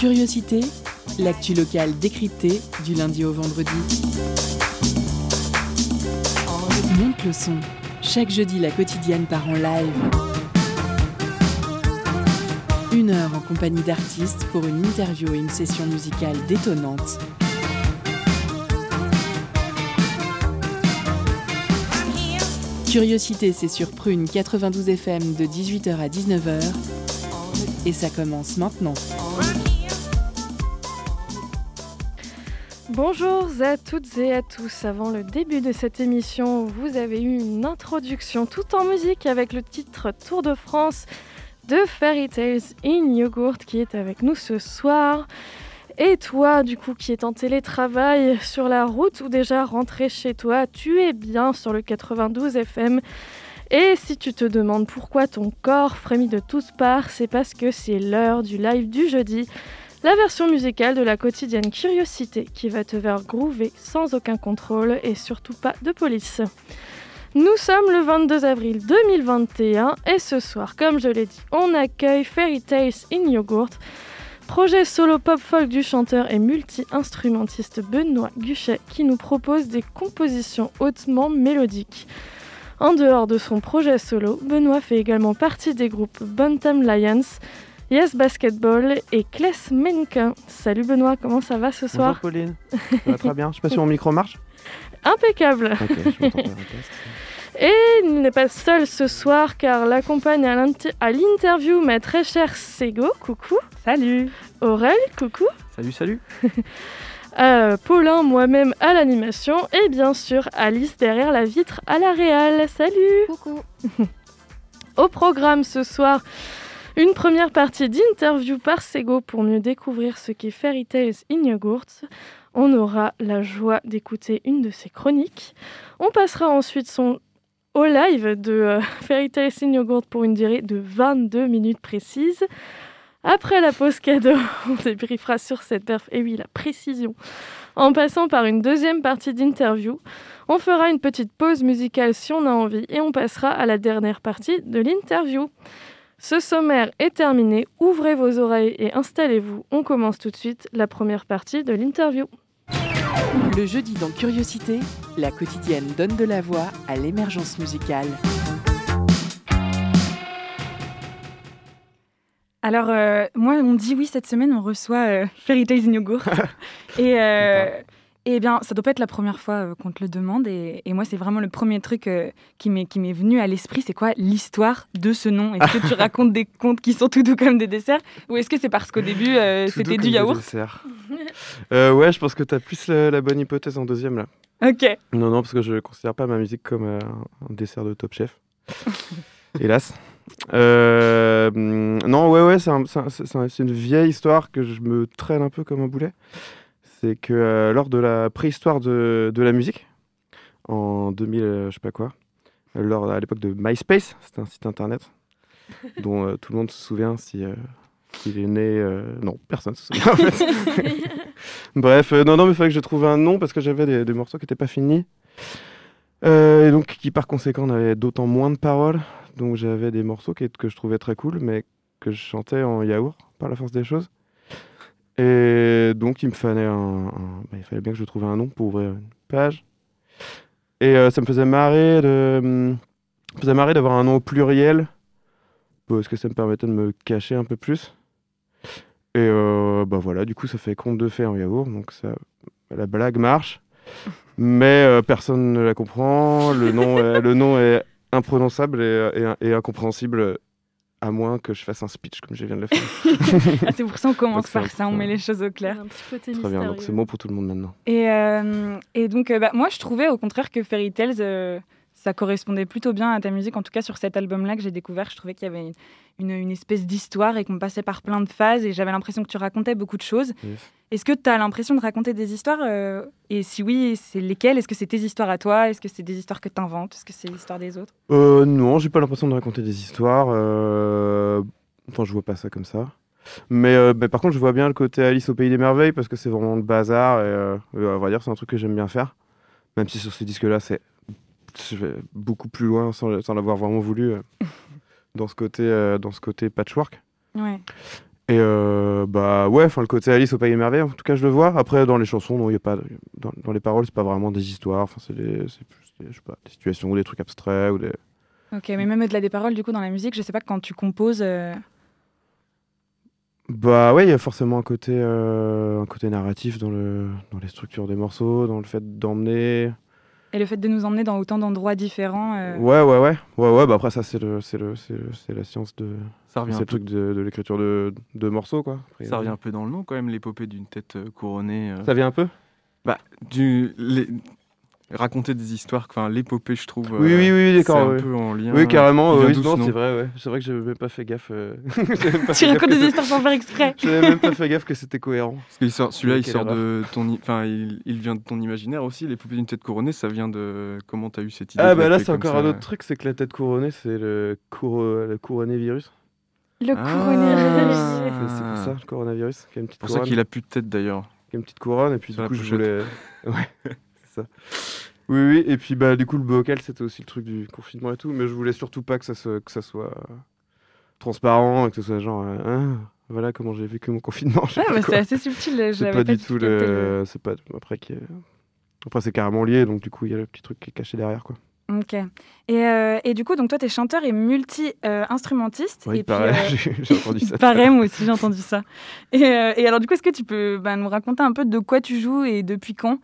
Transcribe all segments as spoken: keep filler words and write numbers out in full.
Curiosité, l'actu locale décryptée du lundi au vendredi. Monte le son. Chaque jeudi, la quotidienne part en live. Une heure en compagnie d'artistes pour une interview et une session musicale détonnante. Curiosité, c'est sur Prune quatre-vingt-douze F M de dix-huit heures à dix-neuf heures. Et ça commence maintenant. Bonjour à toutes et à tous. Avant le début de cette émission, vous avez eu une introduction tout en musique avec le titre Tour de France de Fairy Tales in Yogurt qui est avec nous ce soir. Et toi, du coup, qui est en télétravail sur la route ou déjà rentré chez toi, tu es bien sur le quatre-vingt-douze F M. Et si tu te demandes pourquoi ton corps frémit de toutes parts, c'est parce que c'est l'heure du live du jeudi, la version musicale de la quotidienne Curiosité qui va te faire groover sans aucun contrôle et surtout pas de police. Nous sommes le vingt-deux avril deux mille vingt et un et ce soir, comme je l'ai dit, on accueille Fairy Tales in Yogurt, projet solo pop-folk du chanteur et multi-instrumentiste Benoît Guchet qui nous propose des compositions hautement mélodiques. En dehors de son projet solo, Benoît fait également partie des groupes Bantam Lions, Yes Basketball et Kless Menken. Salut Benoît, comment ça va ce soir ? Bonjour Pauline, ça va très bien. Je sais pas si mon micro marche. Impeccable. Ok, je m'entends bien. Et il n'est pas seul ce soir car l'accompagne à, l'inter- à l'interview ma très chère Sego, coucou. Salut. Aurel, coucou. Salut, salut. Euh, Paulin, moi-même à l'animation et bien sûr Alice derrière la vitre à la réal. Salut. Coucou. Au programme ce soir, une première partie d'interview par Sego pour mieux découvrir ce qu'est Fairy Tales in Yogurt. On aura la joie d'écouter une de ses chroniques. On passera ensuite son au live de euh, Fairy Tales in Yogurt pour une durée de vingt-deux minutes précises. Après la pause cadeau, on débriefera sur cette perf, et oui, la précision. En passant par une deuxième partie d'interview, on fera une petite pause musicale si on a envie et on passera à la dernière partie de l'interview. Ce sommaire est terminé, ouvrez vos oreilles et installez-vous. On commence tout de suite la première partie de l'interview. Le jeudi dans Curiosité, la quotidienne donne de la voix à l'émergence musicale. Alors, euh, moi, on me dit oui, cette semaine, on reçoit euh, Fairy Tales in Yogurt. et, euh, et bien, ça doit pas être la première fois euh, qu'on te le demande. Et, et moi, c'est vraiment le premier truc euh, qui, m'est, qui m'est venu à l'esprit. C'est quoi l'histoire de ce nom ? Est-ce que tu racontes des contes qui sont tout doux comme des desserts ? Ou est-ce que c'est parce qu'au début, euh, c'était du yaourt ? euh, Ouais, je pense que tu as plus la, la bonne hypothèse en deuxième, là. Ok. Non, non, parce que je ne considère pas ma musique comme euh, un dessert de Top Chef. Hélas. Euh, non, ouais, ouais, c'est, un, c'est, un, c'est, un, c'est une vieille histoire que je me traîne un peu comme un boulet. C'est que euh, lors de la préhistoire de, de la musique, en deux mille, euh, je sais pas quoi, lors, à l'époque de MySpace, c'était un site internet dont euh, tout le monde se souvient si, euh, s'il est né. Euh... Non, personne se souvient en fait. Bref, euh, non, non, mais il fallait que je trouve un nom parce que j'avais des, des morceaux qui n'étaient pas finis. Euh, et donc, qui par conséquent n'avaient d'autant moins de paroles. Donc j'avais des morceaux que, que je trouvais très cool, mais que je chantais en yaourt, par la force des choses. Et donc il me fallait un, un bah, il fallait bien que je trouve un nom pour ouvrir une page. Et euh, ça me faisait marrer de, me faisait marrer d'avoir un nom au pluriel, parce que ça me permettait de me cacher un peu plus. Et euh, bah voilà, du coup ça fait conte de fées en yaourt, donc ça, la blague marche, mais euh, personne ne la comprend. Le nom, est, le nom est imprononçable et, et, et incompréhensible, à moins que je fasse un speech comme je viens de le faire. Ah, c'est pour ça qu'on commence donc, par ça, on met les choses au clair. Un petit côté Très mystérieux. bien, donc c'est bon pour tout le monde maintenant. Et, euh, et donc, euh, bah, moi, je trouvais au contraire que Fairy Tales, euh, ça correspondait plutôt bien à ta musique. En tout cas, sur cet album-là que j'ai découvert, je trouvais qu'il y avait une, une espèce d'histoire et qu'on passait par plein de phases. Et j'avais l'impression que tu racontais beaucoup de choses. Yes. Est-ce que tu as l'impression de raconter des histoires euh, Et si oui, c'est lesquelles ? Est-ce que c'est tes histoires à toi ? Est-ce que c'est des histoires que tu inventes ? Est-ce que c'est l'histoire des autres ? Euh, non, j'ai pas l'impression de raconter des histoires. Euh... Enfin, je vois pas ça comme ça. Mais, euh, mais par contre, je vois bien le côté Alice au Pays des Merveilles parce que c'est vraiment le bazar. Et euh, à vrai dire, c'est un truc que j'aime bien faire. Même si sur ce disque-là, c'est je vais beaucoup plus loin sans, sans l'avoir vraiment voulu euh, dans ce côté, euh, dans ce côté patchwork. Ouais. Et euh, bah ouais, enfin le côté Alice au Pays des Merveilles, en tout cas je le vois. Après dans les chansons, non, il y a pas dans, dans les paroles, c'est pas vraiment des histoires. Enfin c'est des, c'est plus des, je sais pas, des situations ou des trucs abstraits ou des. Ok, mais même au-delà des paroles, du coup, dans la musique, je sais pas, quand tu composes. euh, Bah ouais, il y a forcément un côté, euh, un côté narratif dans le, dans les structures des morceaux, dans le fait d'emmener. Et le fait de nous emmener dans autant d'endroits différents. euh, Ouais, ouais, ouais, ouais, ouais. Bah après ça c'est le, c'est le, c'est le- c'est la science de, Ça revient, c'est un le peu, truc de, de l'écriture de, de morceaux quoi. Après, ça euh, revient un peu dans le nom quand même, l'épopée d'une tête euh, couronnée. euh. Ça vient un peu. Bah, du, les- raconter des histoires, enfin l'épopée, je trouve. Oui, euh, oui, oui, c'est d'accord. un Oui, peu en lien. oui carrément. il vient Oui, d'où, ce non, nom c'est vrai. Ouais. C'est vrai que j'avais même pas fait gaffe. euh, j'avais même pas Tu fait gaffe racontes que des c'est- histoires sans faire exprès. J'avais même pas fait gaffe que c'était cohérent. Parce qu'il sort- celui-là, il Quelle sort erreur. de ton, i- enfin, il, il vient de ton imaginaire aussi. L'épopée d'une tête couronnée, ça vient de comment t'as eu cette idée Ah de bah là l'appeler c'est comme encore ça. un autre truc, c'est que la tête couronnée c'est le, couro... le couronné-virus. Le Ah. coronavirus. C'est c'est pour ça le coronavirus, qui a une petite C'est pour ça couronne. qu'il a plus de tête d'ailleurs. Qui a une petite couronne et puis Sur du la coup je pochette. voulais. Ouais, c'est ça. Oui oui et puis bah du coup le bocal c'était aussi le truc du confinement et tout, mais je voulais surtout pas que ça, se... que ça soit euh, transparent et que ce soit genre euh, ah, voilà comment j'ai vécu mon confinement. je sais Ah, pas bah, quoi. c'est assez subtil. je C'est l'avais pas du tout tout capté, le. C'est pas. Après, qui est- Après c'est carrément lié, donc du coup il y a le petit truc qui est caché derrière quoi. Ok. Et, euh, et du coup, donc toi, t'es chanteur et multi-instrumentiste. Oui, et pareil, puis, euh, j'ai j'ai entendu ça. tout à pareil, l'heure. moi aussi, j'ai entendu ça. Et, euh, et alors, du coup, est-ce que tu peux bah, nous raconter un peu de quoi tu joues et depuis quand?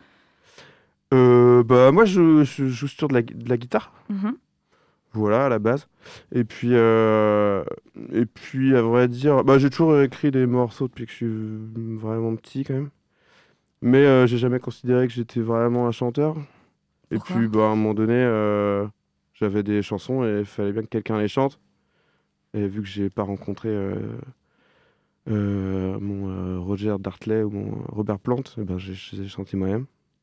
Euh, bah moi je, je joue sur de la, de la guitare. Mhm. Voilà, à la base. Et puis, euh, et puis à vrai dire, bah, j'ai toujours écrit des morceaux depuis que je suis vraiment petit quand même. Mais euh, j'ai jamais considéré que j'étais vraiment un chanteur. Et Pourquoi puis, bah, à un moment donné, euh, j'avais des chansons et il fallait bien que quelqu'un les chante. Et vu que j'ai pas rencontré euh, euh, mon euh, Roger Dartley ou mon Robert Plant, eh ben, j'ai j'ai chanté moi-même.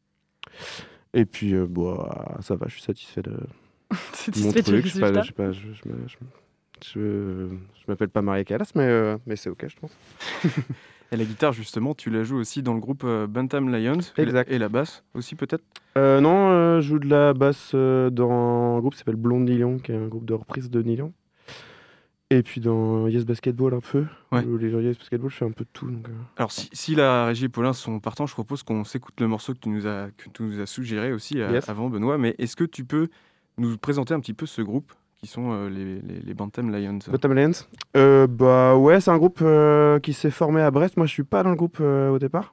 Et puis, euh, bah, ça va, je suis satisfait de, mon Satisfait du truc. Je sais pas, résultat. je sais pas, je, je, me- je, je, je m'appelle pas Maria Callas, mais, euh, mais c'est ok, je pense. Et la guitare, justement, tu la joues aussi dans le groupe euh, Bantam Lions. Et la- Exact. Et la basse aussi, peut-être. Euh, non, euh, je joue de la basse euh, dans un groupe qui s'appelle Blonde Nylon, qui est un groupe de reprise de Nylon. Et puis dans Yes Basketball un peu. Ouais. Ou les Yes Basketball, je fais un peu de tout. Donc, euh. Alors, si, si la régie et Paulin sont partants, je propose qu'on s'écoute le morceau que tu nous as, que tu nous as suggéré aussi euh, Yes. avant, Benoît. Mais est-ce que tu peux nous présenter un petit peu ce groupe qui sont euh, les, les, les Bantam Lions? Bottom Lions. Euh, bah ouais, c'est un groupe euh, qui s'est formé à Brest. Moi, je suis pas dans le groupe euh, au départ.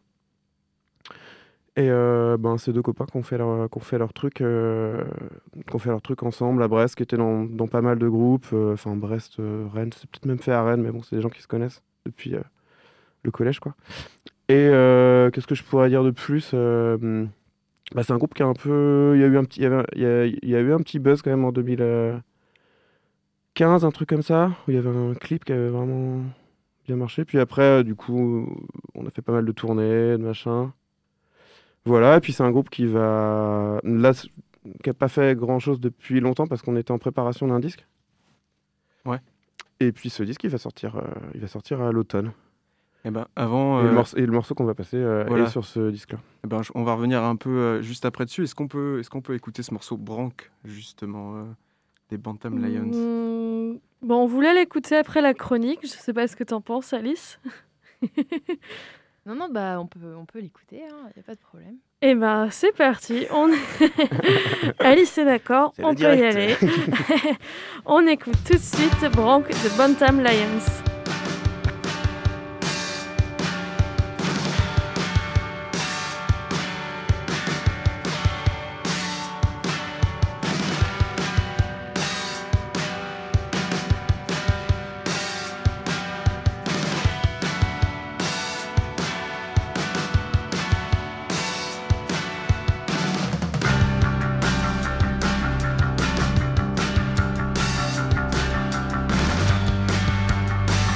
Et euh, ben, c'est deux copains qui ont fait leur, qui ont fait leur truc, euh, qui ont fait leur truc ensemble à Brest, qui étaient dans, dans pas mal de groupes. euh, Enfin, Brest, euh, Rennes, c'est peut-être même fait à Rennes, mais bon, c'est des gens qui se connaissent depuis euh, le collège, quoi. Et euh, qu'est-ce que je pourrais dire de plus? Euh, bah, c'est un groupe qui a un peu, il y a eu un petit, il y avait- il y a, il y a eu un petit buzz quand même en deux mille quinze, un truc comme ça, où il y avait un clip qui avait vraiment bien marché. Puis après, euh, du coup, on a fait pas mal de tournées, de machin. Voilà, et puis c'est un groupe qui va. Là, c- qui n'a pas fait grand chose depuis longtemps parce qu'on était en préparation d'un disque. Ouais. Et puis ce disque, il va sortir, euh, il va sortir à l'automne. Eh ben, avant, Et, le euh, morceau, et le morceau qu'on va passer euh, voilà. est sur ce disque-là. eh ben, je- on va revenir un peu euh, juste après dessus. Est-ce qu'on peut, est-ce qu'on peut écouter ce morceau Branque, justement, euh, des Bantam Lions? Mmh, bon, on voulait l'écouter après la chronique. Je sais pas ce que t'en penses, Alice. Non, non, bah on peut, on peut l'écouter, il n'y a pas de problème. Eh ben, c'est parti. On... Alice est d'accord, C'est on le peut y direct. aller. On écoute tout de suite Branque de Bantam Lions. Branque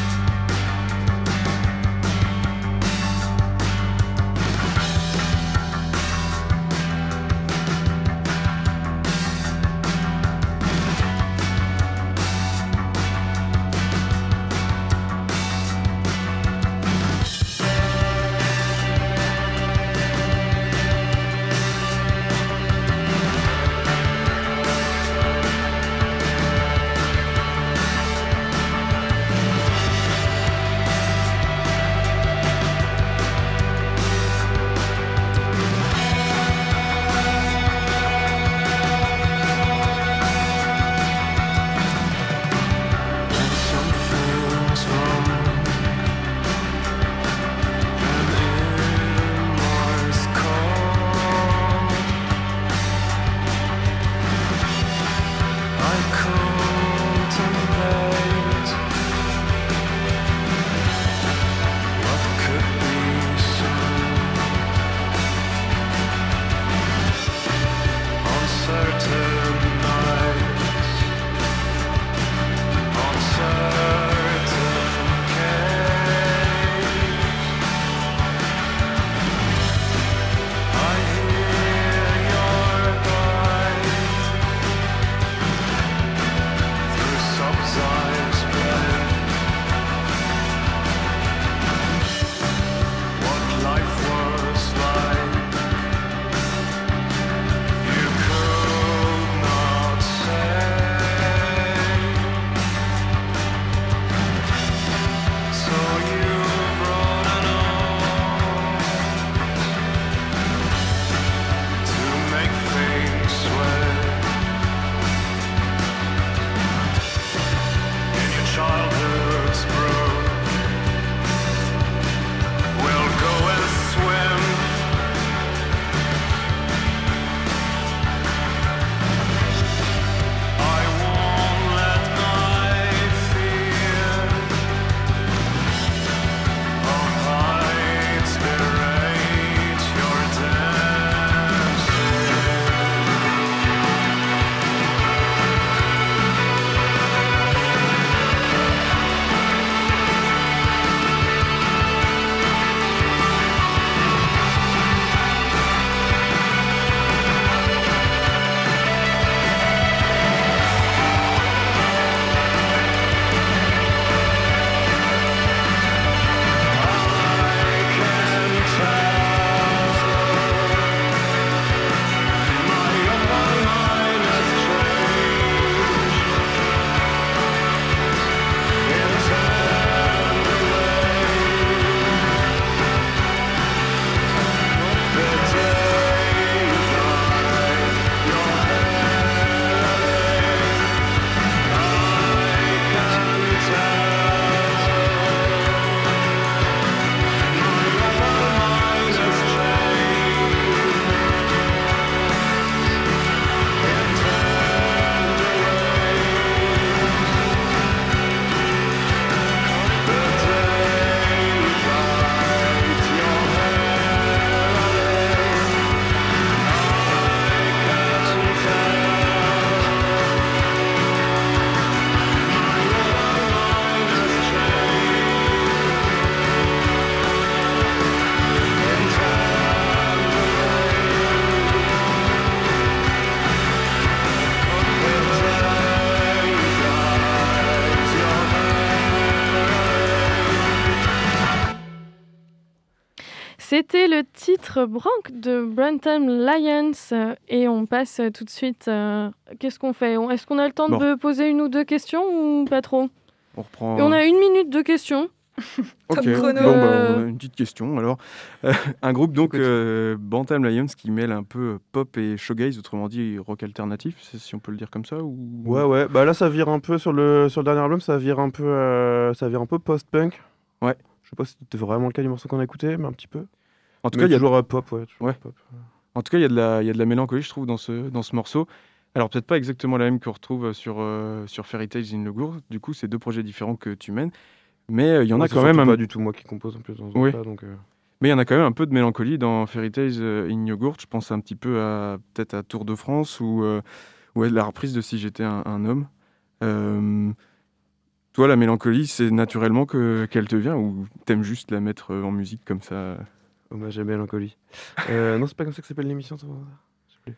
C'était le titre Brank de Bantam Lions euh, et on passe tout de suite. Euh, qu'est-ce qu'on fait? On- Est-ce qu'on a le temps Bon. de poser une ou deux questions ou pas trop? On reprend. Et on a une minute de questions. Ok, Top chrono. bon, bah, Euh, on a une petite question. Alors, Euh, un groupe donc euh, Bantam Lions qui mêle un peu pop et shoegaze, autrement dit rock alternatif, c'est- si on peut le dire comme ça ou... Ouais, ouais. Bah là, ça vire un peu sur le, sur le dernier album, ça vire un peu, euh, ça vire un peu post-punk. Ouais. Je sais pas si c'était vraiment le cas du morceau qu'on a écouté, mais un petit peu. En tout Mais cas, il y a toujours euh, pop, ouais. toujours Ouais. pop. En tout cas, il y a de la, il y a de la mélancolie, je trouve, dans ce, dans ce morceau. Alors, peut-être pas exactement la même qu'on retrouve sur, euh, sur Fairy Tales in Yogur. Du coup, c'est deux projets différents que tu mènes. Mais euh, il y en Ouais, a c'est quand même surtout un... pas du tout moi qui compose en plus dans ce Oui. groupe-là, donc. euh, Mais il y en a quand même un peu de mélancolie dans Fairy Tales euh, in Yogur. Je pense un petit peu à peut-être à Tour de France ou, euh, ou à la reprise de Si j'étais un, un homme. Euh, Toi, la mélancolie, c'est naturellement que, qu'elle te vient ou t'aimes juste la mettre euh, en musique comme ça? Hommage à Mélancolie. Euh, non, c'est pas comme ça que s'appelle l'émission, ça va. Je sais plus.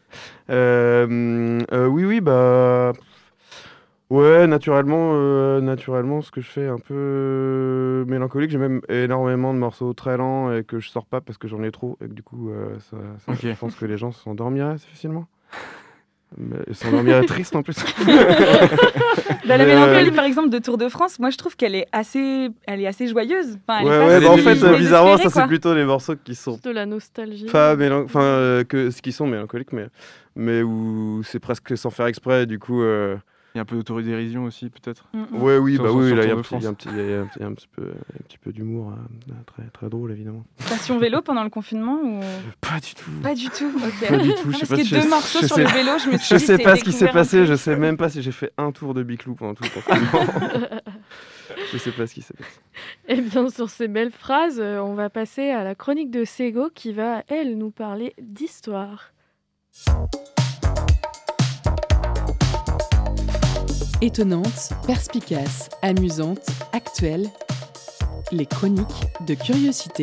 Euh, euh, oui, oui, bah. Ouais, naturellement, euh, naturellement, ce que je fais un peu euh, mélancolique, j'ai même énormément de morceaux très lents et que je sors pas parce que j'en ai trop et que du coup, euh, ça, ça- Ok. je pense que les gens s'endormiraient assez facilement. Mais ils s'endormiraient tristes en plus. Bah, la Mais, mélancolie, euh, par exemple, de Tour de France, moi je trouve qu'elle est assez, elle est assez joyeuse. Enfin, elle est Ouais, pas ouais, si bah en si fait, désespérée, euh, bizarrement, ça c'est quoi. plutôt les morceaux qui sont De la nostalgie. pas mélan... enfin euh, que ce qui sont mélancoliques, mais mais où c'est presque sans faire exprès. Du coup, euh, Il y a un peu d'autodérision aussi, peut-être. Mm, mm. ouais, oui, Sur- bah sur- oui, sur là, il y a Tour un de petit, il y a un France. petit, il y a un petit, un petit peu, un petit peu d'humour, euh, très, très drôle évidemment. Passion vélo pendant le confinement ou Pas du tout. pas du tout? Ok. Pas du tout. Je Ah, sais parce pas que si deux je- morceaux je sur sais- le vélo, je me suis Je dit, sais c'est pas ce qui s'est découvert un passé. truc. Je sais même pas si j'ai fait un tour de Biclou pendant tout le confinement. Je sais pas ce qui s'est passé. Et bien sur ces belles phrases, euh, on va passer à la chronique de Sego qui va, elle, nous parler d'histoire. Étonnante, perspicace, amusante, actuelle. Les chroniques de curiosité.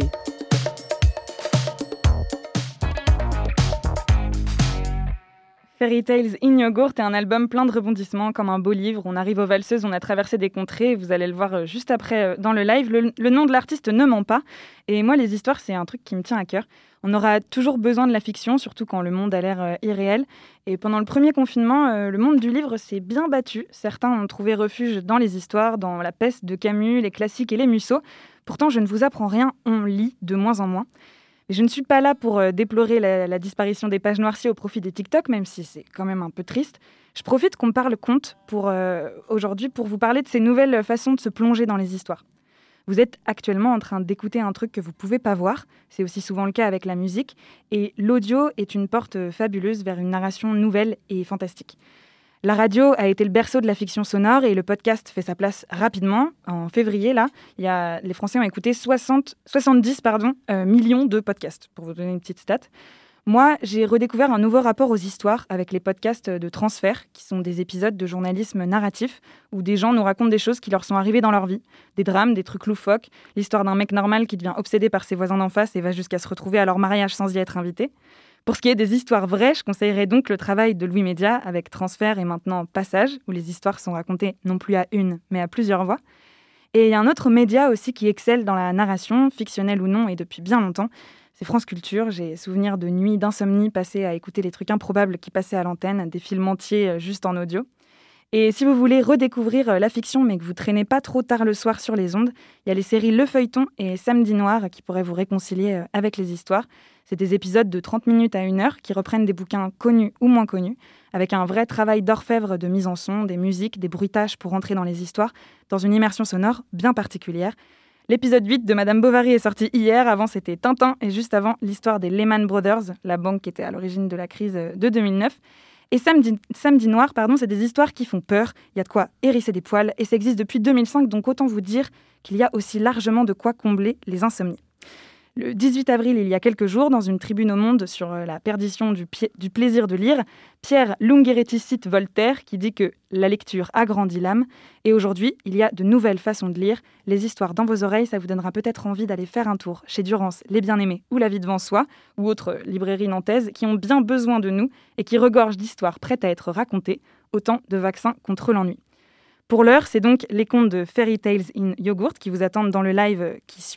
Fairy Tales in Yogur est un album plein de rebondissements, comme un beau livre. On arrive aux valseuses, on a traversé des contrées. Vous allez le voir euh, juste après euh, dans le live. Le, le nom de l'artiste ne ment pas. Et moi, les histoires, c'est un truc qui me tient à cœur. On aura toujours besoin de la fiction, surtout quand le monde a l'air euh, irréel. Et pendant le premier confinement, euh, le monde du livre s'est bien battu. Certains ont trouvé refuge dans les histoires, dans La Peste de Camus, les classiques et les Musso. Pourtant, je ne vous apprends rien, on lit de moins en moins. Et je ne suis pas là pour euh, déplorer la, la disparition des pages noircies au profit des TikTok, même si c'est quand même un peu triste. Je profite qu'on parle conte pour, euh, aujourd'hui pour vous parler de ces nouvelles façons de se plonger dans les histoires. Vous êtes actuellement en train d'écouter un truc que vous ne pouvez pas voir. C'est aussi souvent le cas avec la musique. Et l'audio est une porte fabuleuse vers une narration nouvelle et fantastique. La radio a été le berceau de la fiction sonore et le podcast fait sa place rapidement. En février, là, il y a, les Français ont écouté soixante, soixante-dix pardon, euh, millions de podcasts, pour vous donner une petite stat. Moi, j'ai redécouvert un nouveau rapport aux histoires avec les podcasts de Transfert, qui sont des épisodes de journalisme narratif, où des gens nous racontent des choses qui leur sont arrivées dans leur vie, des drames, des trucs loufoques, l'histoire d'un mec normal qui devient obsédé par ses voisins d'en face et va jusqu'à se retrouver à leur mariage sans y être invité. Pour ce qui est des histoires vraies, je conseillerais donc le travail de Louis Média avec Transfert et maintenant Passage, où les histoires sont racontées non plus à une, mais à plusieurs voix. Et il y a un autre média aussi qui excelle dans la narration, fictionnelle ou non, et depuis bien longtemps, c'est France Culture. J'ai souvenir de nuits d'insomnie passées à écouter les trucs improbables qui passaient à l'antenne, des films entiers juste en audio. Et si vous voulez redécouvrir la fiction, mais que vous traînez pas trop tard le soir sur les ondes, il y a les séries Le Feuilleton et Samedi Noir qui pourraient vous réconcilier avec les histoires. C'est des épisodes de trente minutes à une heure qui reprennent des bouquins connus ou moins connus, avec un vrai travail d'orfèvre de mise en son, des musiques, des bruitages pour entrer dans les histoires, dans une immersion sonore bien particulière. L'épisode huit de Madame Bovary est sorti hier, avant c'était Tintin, et juste avant l'histoire des Lehman Brothers, la banque qui était à l'origine de la crise de deux mille neuf. Et Samedi, Samedi Noir, pardon, c'est des histoires qui font peur, il y a de quoi hérisser des poils, et ça existe depuis deux mille cinq, donc autant vous dire qu'il y a aussi largement de quoi combler les insomnies. Le dix-huit avril, il y a quelques jours, dans une tribune au Monde sur la perdition du, pi- du plaisir de lire, Pierre Lungheretti cite Voltaire qui dit que la lecture agrandit l'âme. Et aujourd'hui, il y a de nouvelles façons de lire. Les histoires dans vos oreilles, ça vous donnera peut-être envie d'aller faire un tour chez Durance, Les Bien-Aimés ou La Vie devant soi, ou autres librairies nantaises qui ont bien besoin de nous et qui regorgent d'histoires prêtes à être racontées, autant de vaccins contre l'ennui. Pour l'heure, c'est donc les contes de Fairy Tales in Yogur qui vous attendent dans le live qui suit.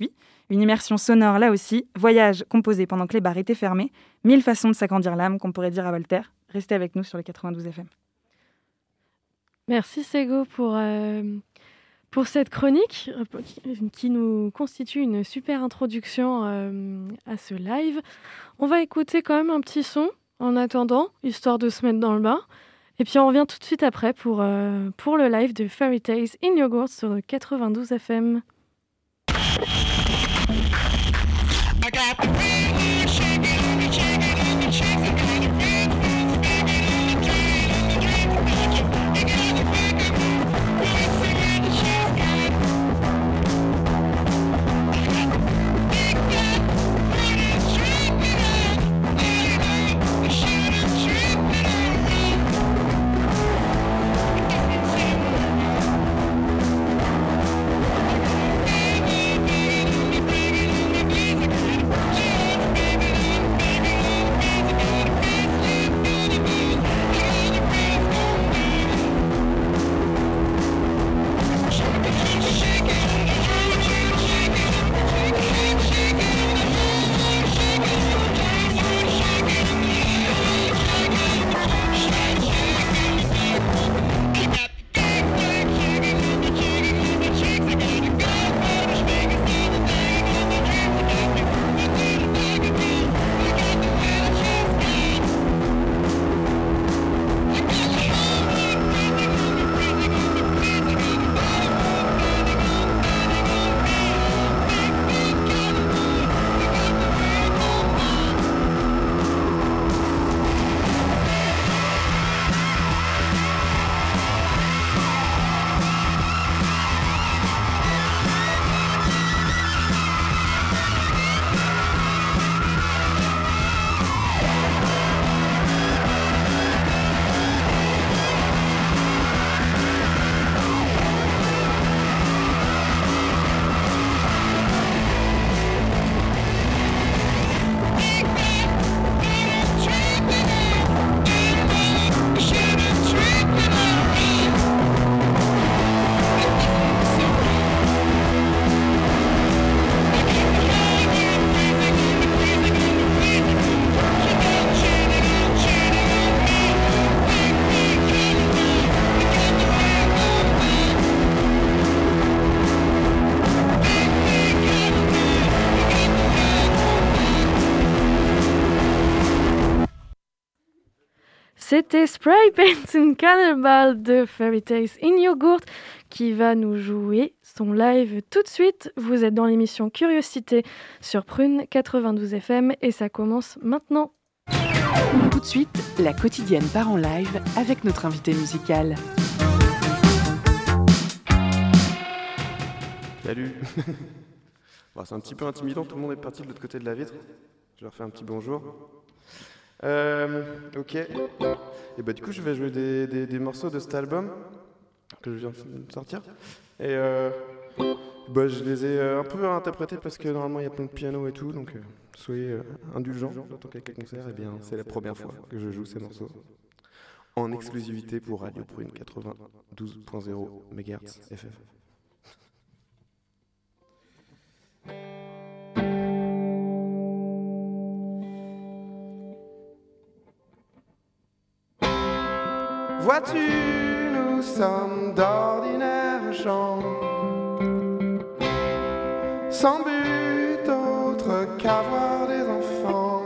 Une immersion sonore là aussi, voyage composé pendant que les bars étaient fermés, mille façons de s'agrandir l'âme, qu'on pourrait dire à Voltaire. Restez avec nous sur le quatre-vingt-douze F M. Merci Sego pour, euh, pour cette chronique qui, qui nous constitue une super introduction euh, à ce live. On va écouter quand même un petit son en attendant, histoire de se mettre dans le bain. Et puis on revient tout de suite après pour, euh, pour le live de Fairy Tales in Yogurt sur le quatre-vingt-douze F M. I got the feeling, shake it, let me shake it, let me shake it, got the feeling, C'était Spray Paint and Cannonball de Fairy Tales in Yogurt qui va nous jouer son live tout de suite. Vous êtes dans l'émission Curiosité sur Prune quatre-vingt-douze F M et ça commence maintenant. Tout de suite, la quotidienne part en live avec notre invité musical. Salut. Bon, c'est un petit peu intimidant, tout le monde est parti de l'autre côté de la vitre. Je leur fais un petit bonjour. Euh, ok. Et bah du coup je vais jouer des, des, des morceaux de cet album que je viens de sortir. Et euh, bah, je les ai un peu interprétés parce que normalement il y a plein de piano et tout, donc euh, soyez euh, indulgents. Tant qu'avec les concerts, et bien c'est la première fois que je joue ces morceaux en exclusivité pour Radio Prune quatre-vingt-douze point zéro mégahertz F M. Vois-tu, nous sommes d'ordinaires gens, sans but autre qu'avoir des enfants.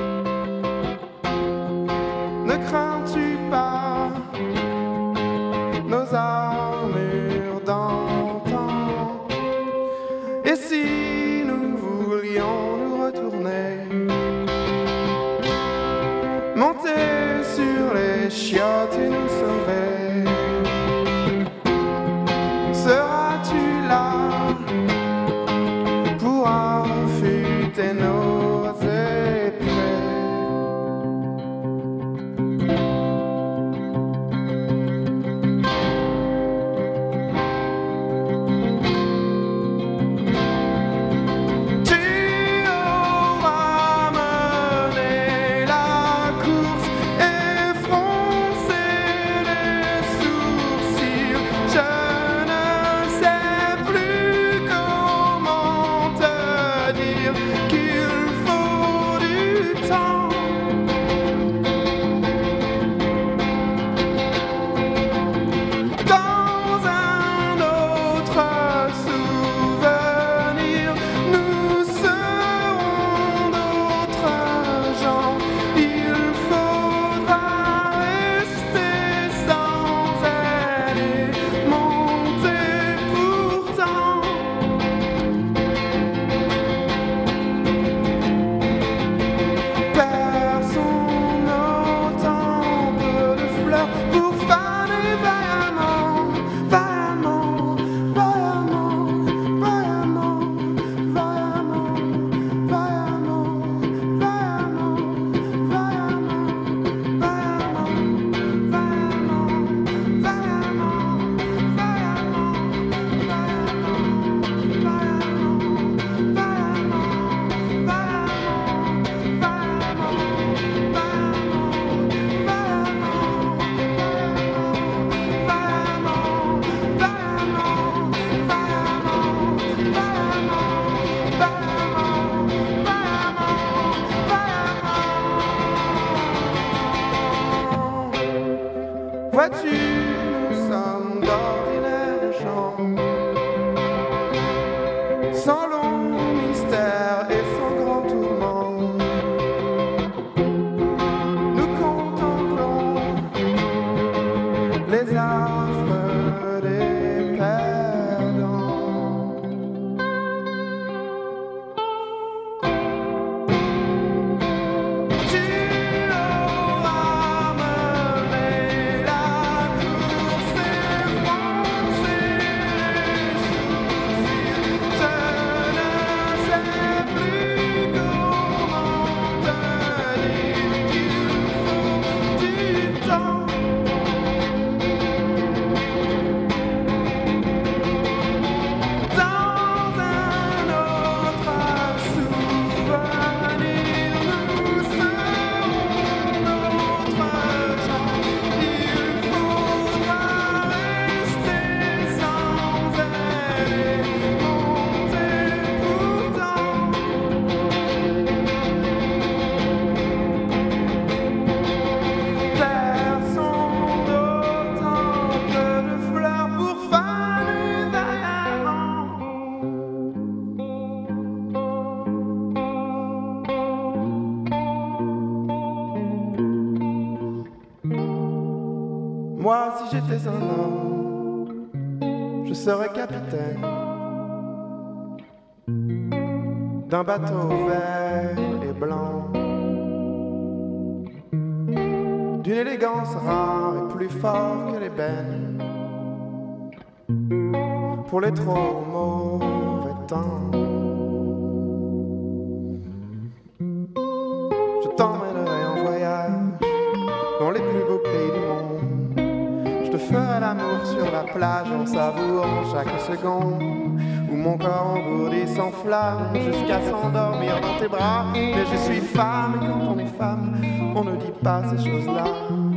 Ne crains-tu pas nos armures d'antan? Et si nous voulions nous retourner, monter sur les chiottes et nous sauver, seras-tu là pour affûter nos épées? Tu auras mené la course et froncé les sourcils. Je ne sais plus sans long mystère et sans grand tourment. Nous contemplons les affres des perdants. Tu auras mené la course effrontée les soucis. Je ne sais plus comment te dire qu'il faut du temps. Dans un autre souvenir, nous serons notre genre. Il faudra rester sans elle et monter pourtant. Versons nos temples de fleurs pour faner vaillamment. Moi, si j'étais un homme, je serais capitaine d'un bateau vert et blanc, d'une élégance rare et plus fort que l'ébène, pour les trop mauvais temps. Je t'emmènerai en voyage dans les plus beaux pays du monde. Je te ferai l'amour sur la plage en savourant chaque seconde, où mon corps engourdi s'enflamme jusqu'à s'endormir dans tes bras. Mais je suis femme et quand on est femme, on ne dit pas ces choses-là.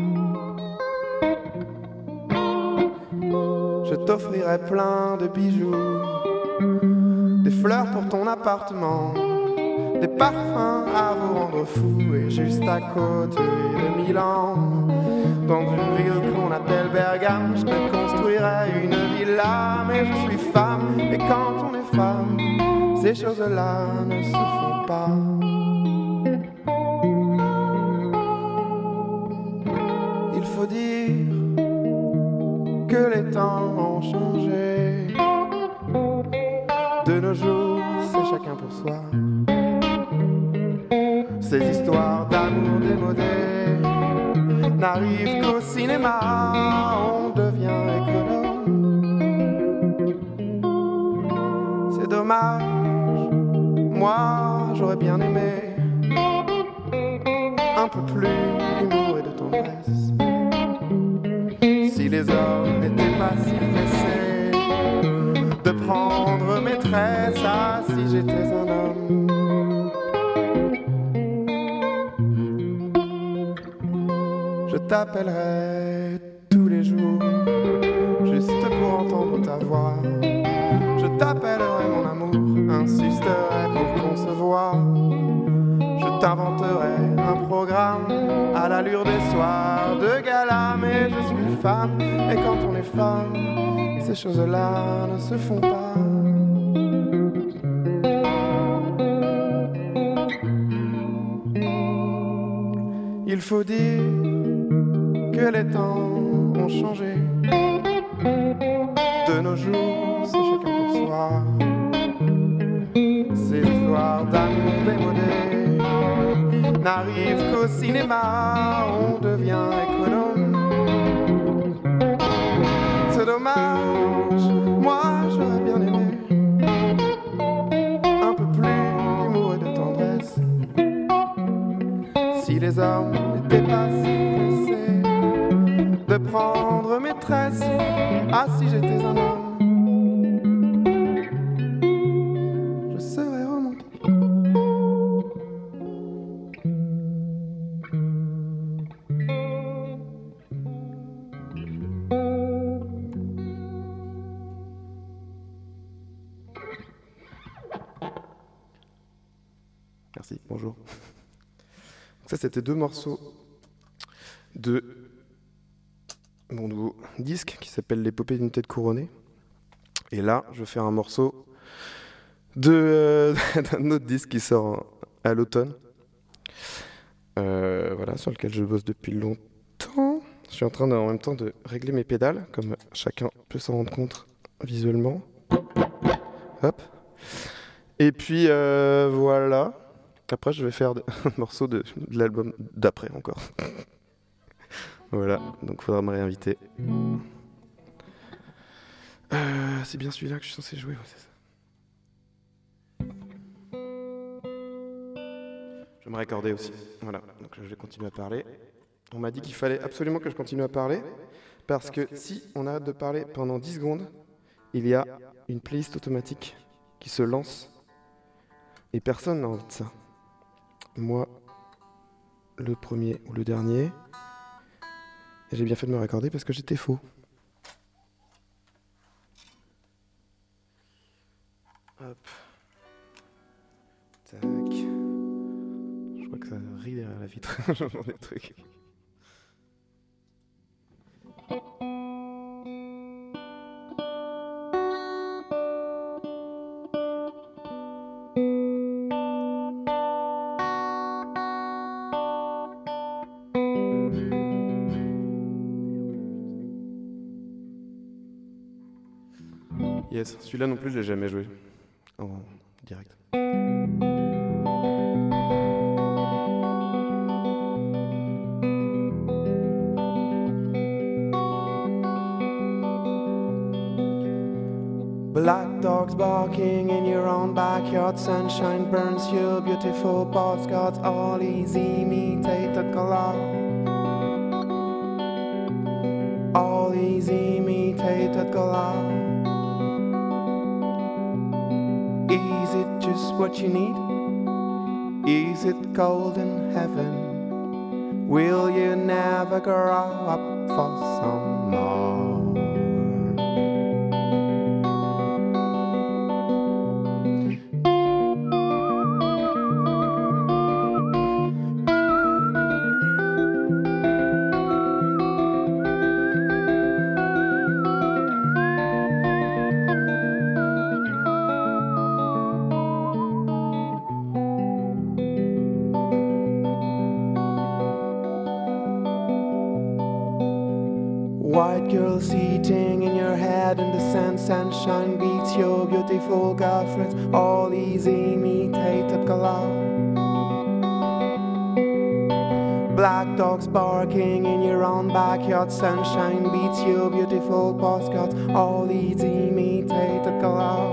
Je t'offrirai plein de bijoux, des fleurs pour ton appartement, des parfums à vous rendre fou. Et juste à côté de Milan, dans une ville qu'on appelle Bergame, je te construirai une villa. Mais je suis femme, et quand on est femme, ces choses-là ne se font pas. Il faut dire que les temps ont changé. De nos jours, c'est chacun pour soi. Ces histoires d'amour démodées n'arrivent qu'au cinéma. On devient économe. C'est dommage. Moi, j'aurais bien aimé un peu plus d'humour et de tendresse. Si les hommes n'étaient pas si pressés de prendre maîtresse. Ah, si j'étais un homme. Je t'appellerai tous les jours, juste pour entendre ta voix. Je t'appellerai mon amour, insisterai pour qu'on se voie. Je t'inventerai un programme à l'allure des soirs de gala. Mais je suis femme, et quand on est femme, ces choses-là ne se font pas. Il faut dire que les temps ont changé. De nos jours, c'est chacun pour soi. Ces histoires d'amour démodées n'arrivent qu'au cinéma. On devient économe. C'est dommage, moi j'aurais bien aimé un peu plus d'humour et de tendresse. Si les hommes n'étaient pas si pressés de prendre maîtresse. Ah, si j'étais un homme, je serais romantique. Merci, bonjour. Ça, c'était deux morceaux de mon nouveau disque qui s'appelle L'épopée d'une tête couronnée. Et là, je vais faire un morceau de, euh, d'un autre disque qui sort à l'automne. Euh, voilà, sur lequel je bosse depuis longtemps. Je suis en train de, en même temps de régler mes pédales, comme chacun peut s'en rendre compte visuellement. Hop. Et puis euh, voilà. Après, je vais faire de, un morceau de, de l'album d'après encore. Voilà, donc faudra me réinviter. Euh, c'est bien celui-là que je suis censé jouer, ouais, c'est ça. Je vais me raccorder aussi. Voilà, donc je vais continuer à parler. On m'a dit qu'il fallait absolument que je continue à parler, parce que si on arrête de parler pendant dix secondes, il y a une playlist automatique qui se lance, et personne n'a envie de ça. Moi, le premier ou le dernier, et j'ai bien fait de me raccorder parce que j'étais faux. Hop. Tac. Je crois que ça rit derrière la vitre. J'entends des trucs. Yes, celui-là non plus je l'ai jamais joué en direct. Black dogs barking in your own backyard, sunshine burns your beautiful postcards, all easy imitated color. All easy imitated color. Is it just what you need? Is it golden heaven? Will you never grow up for some more? White girl sitting in your head in the sand, sunshine beats your beautiful girlfriends, all easy imitated color. Black dogs barking in your own backyard, sunshine beats your beautiful postcards, all easy imitated color.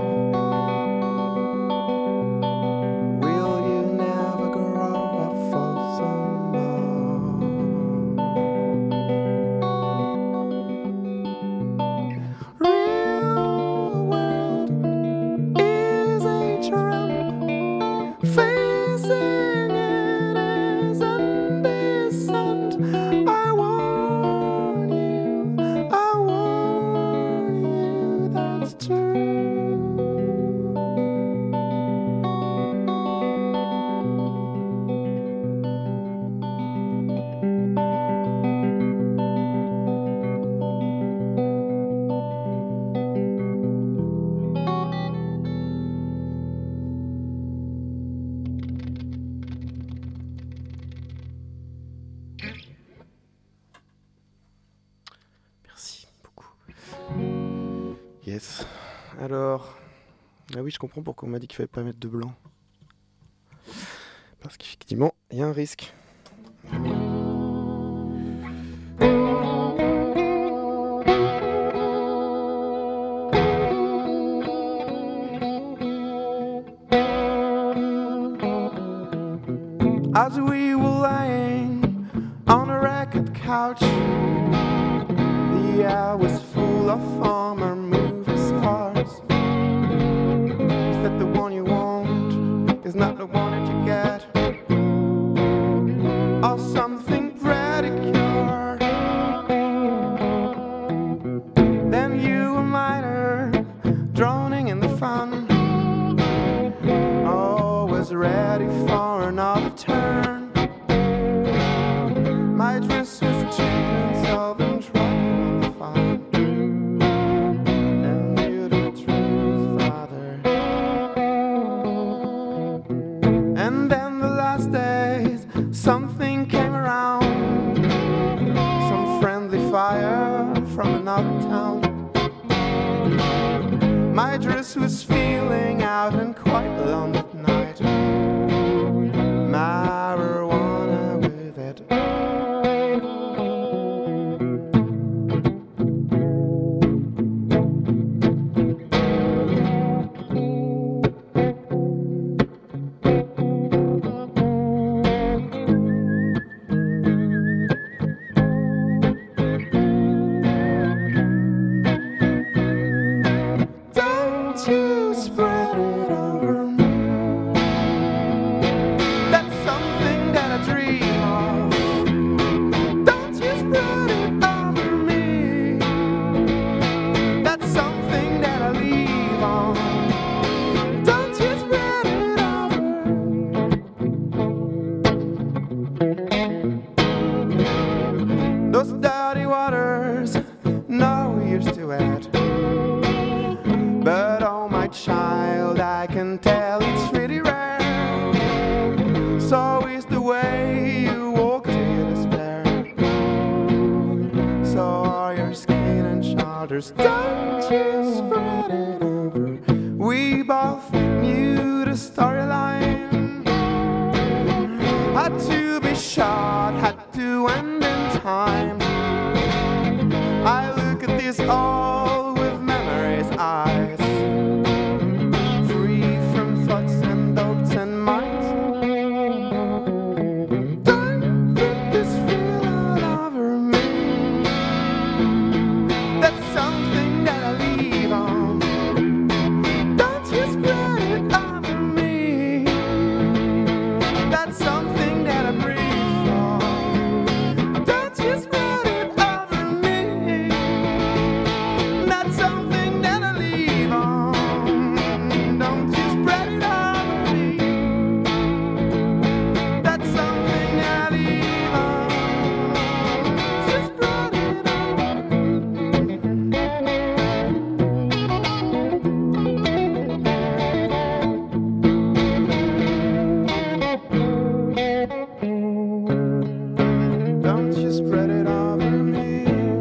Yes. Alors, ah oui, je comprends pourquoi on m'a dit qu'il fallait pas mettre de blanc. Parce qu'effectivement, il y a un risque. As we were lying on a record couch, the air was full of former movie stars. Is that the one you want? Is not the one that you get? Or something pretty pure? Then you a miner, droning in the fun, always ready for another turn. My dress was cheap and so been trouble the fun. And you the dream's father. nitrous was feeling out and quite alone that night. Marijuana with it. Don't you spread it over. We both knew the storyline. Had to be shot, had to end in time. I look at this all with memory's eyes, free from thoughts and doubts and minds. Don't put this feel all over me. That's something that I leave on. Don't you spread it over me. That's something that I breathe on. Don't you spread it over me. That's something that I leave on. Don't you spread it over me. That's something that I leave on. Just spread it over me. Don't you spread it over me.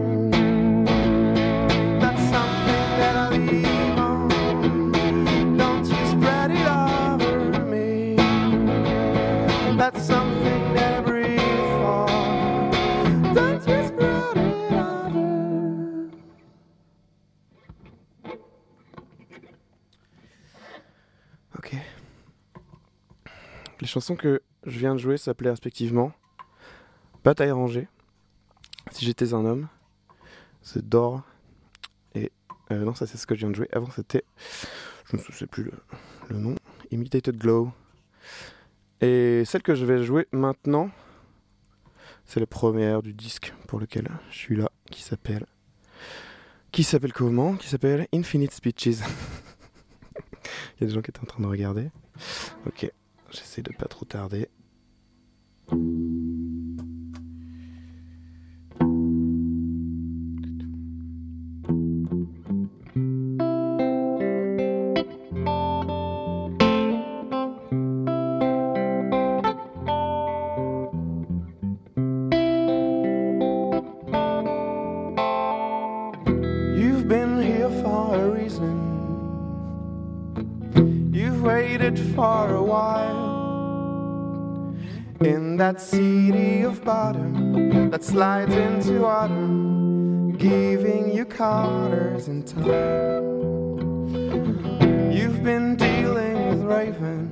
That's something that I leave on. Don't you spread it over me. That's something that I breathe for. Don't you spread it over. Ok. Les chansons que je viens de jouer s'appelaient respectivement Bataille rangée, Si j'étais un homme, c'est Dor. Et euh, non, ça c'est ce que je viens de jouer. Avant c'était, je ne sais plus le, le nom, Imitated Glow. Et celle que je vais jouer maintenant, c'est la première du disque pour lequel je suis là, qui s'appelle, qui s'appelle comment Qui s'appelle Infinite Speeches. Il y a des gens qui étaient en train de regarder. Ok, j'essaie de pas trop tarder. You've been here for a reason. You've waited for a while. In that city of bottom that slides into autumn, giving you colors in time. You've been dealing with ravens,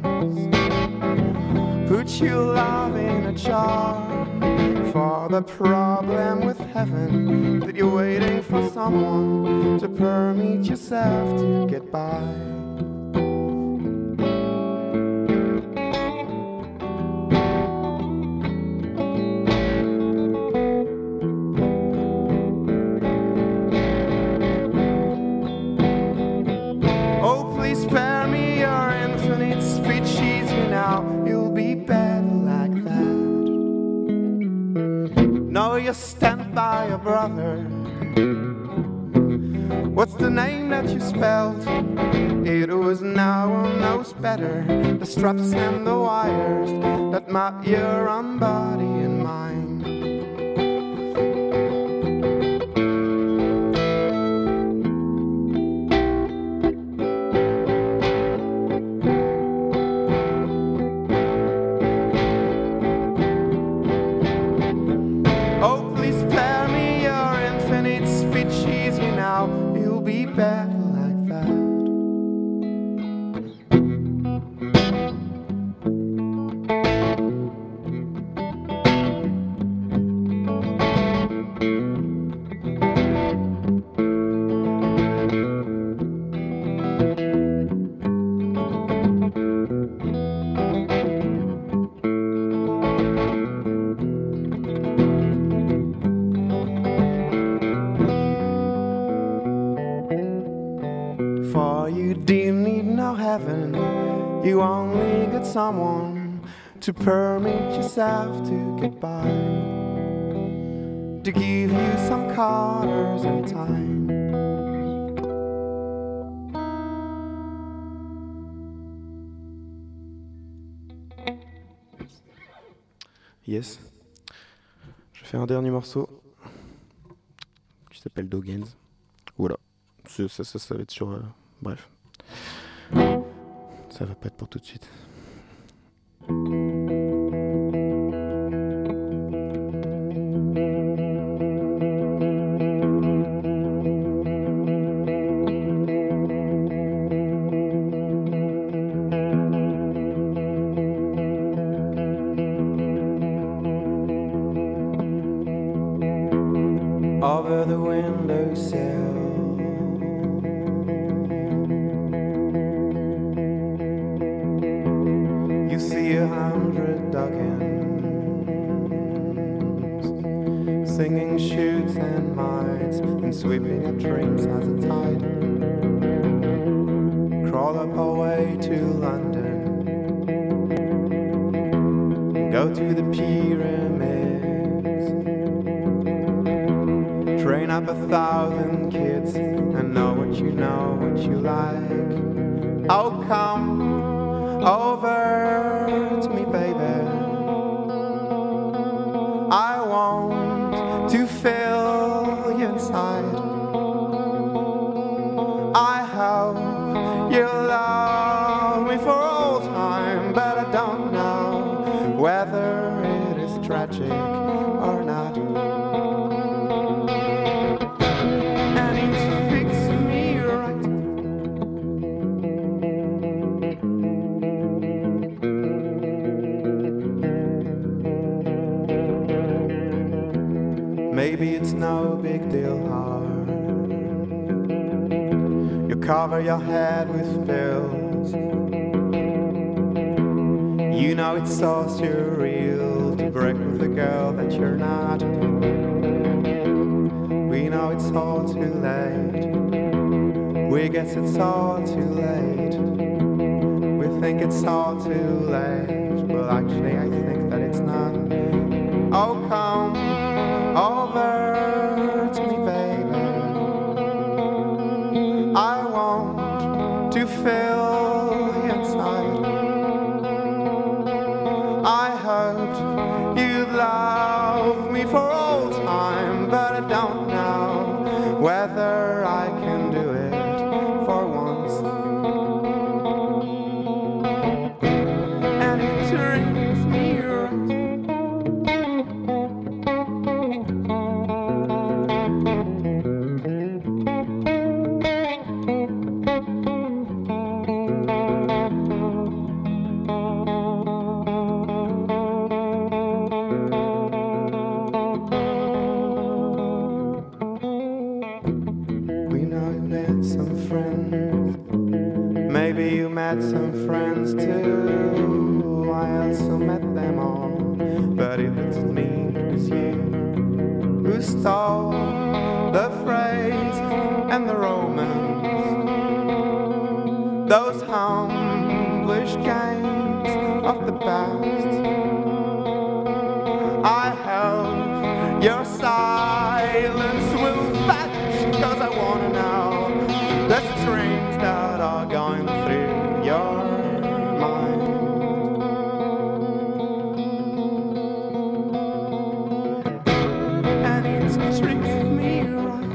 put your love in a jar for the problem with heaven, that you're waiting for someone to permit yourself to get by. Oh, please spare me your infinite speeches, you know, you'll be better like that. No, you stand by your brother. What's the name that you spelled? It was no one knows better. The straps and the wires that map your own body and mind. Do you need no heaven? You only get someone to permit yourself to get by, to give you some colors and time. Yes. Je fais un dernier morceau qui s'appelle Doggins. Voilà. Ça, ça, ça, ça va être sur... Euh, bref. Ça va pas être pour tout de suite. Over the windowsill, you see a hundred duckins singing shoots and mites and sweeping up dreams as a tide. Crawl up our way to London, go to the pyramids, train up a thousand kids and know what you know, what you like. Oh, come over to me, baby. I want to fill you inside. I hope you'll love me for all time, but I don't know whether it is tragic or not. Maybe it's no big deal, heart. You cover your head with pills. You know it's so surreal to break with a girl that you're not. We know it's all too late. We guess it's all too late. We think it's all too late. Well, actually, I think that it's not. Oh, come over to me, baby. I want to fill you inside. I hoped you'd love me for all time, but I don't know whether I can do it for once. And it turns me right. Some friends too, I also met them all, but it wasn't me, it was you who stole the phrase and the romance, those humblish games of the past. I hope your silence will vanish, cause I wanna know the strings that are going through your mind. And it treats me right.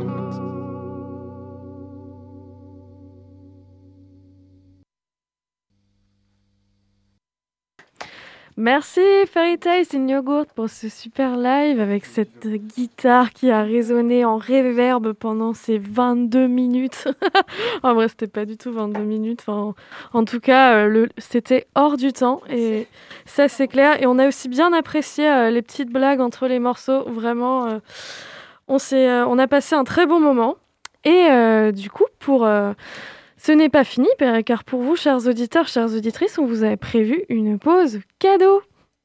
Merci Fairy Tales in Yogurt pour ce super live avec cette guitare qui a résonné en réverb pendant ces vingt-deux minutes. En vrai, c'était pas du tout vingt-deux minutes. Enfin, en tout cas, euh, le, c'était hors du temps et ça c'est clair. Et on a aussi bien apprécié euh, les petites blagues entre les morceaux. Vraiment, euh, on, s'est, euh, on a passé un très bon moment. Et euh, du coup, pour... Euh, ce n'est pas fini, car pour vous, chers auditeurs, chères auditrices, on vous avait prévu une pause cadeau.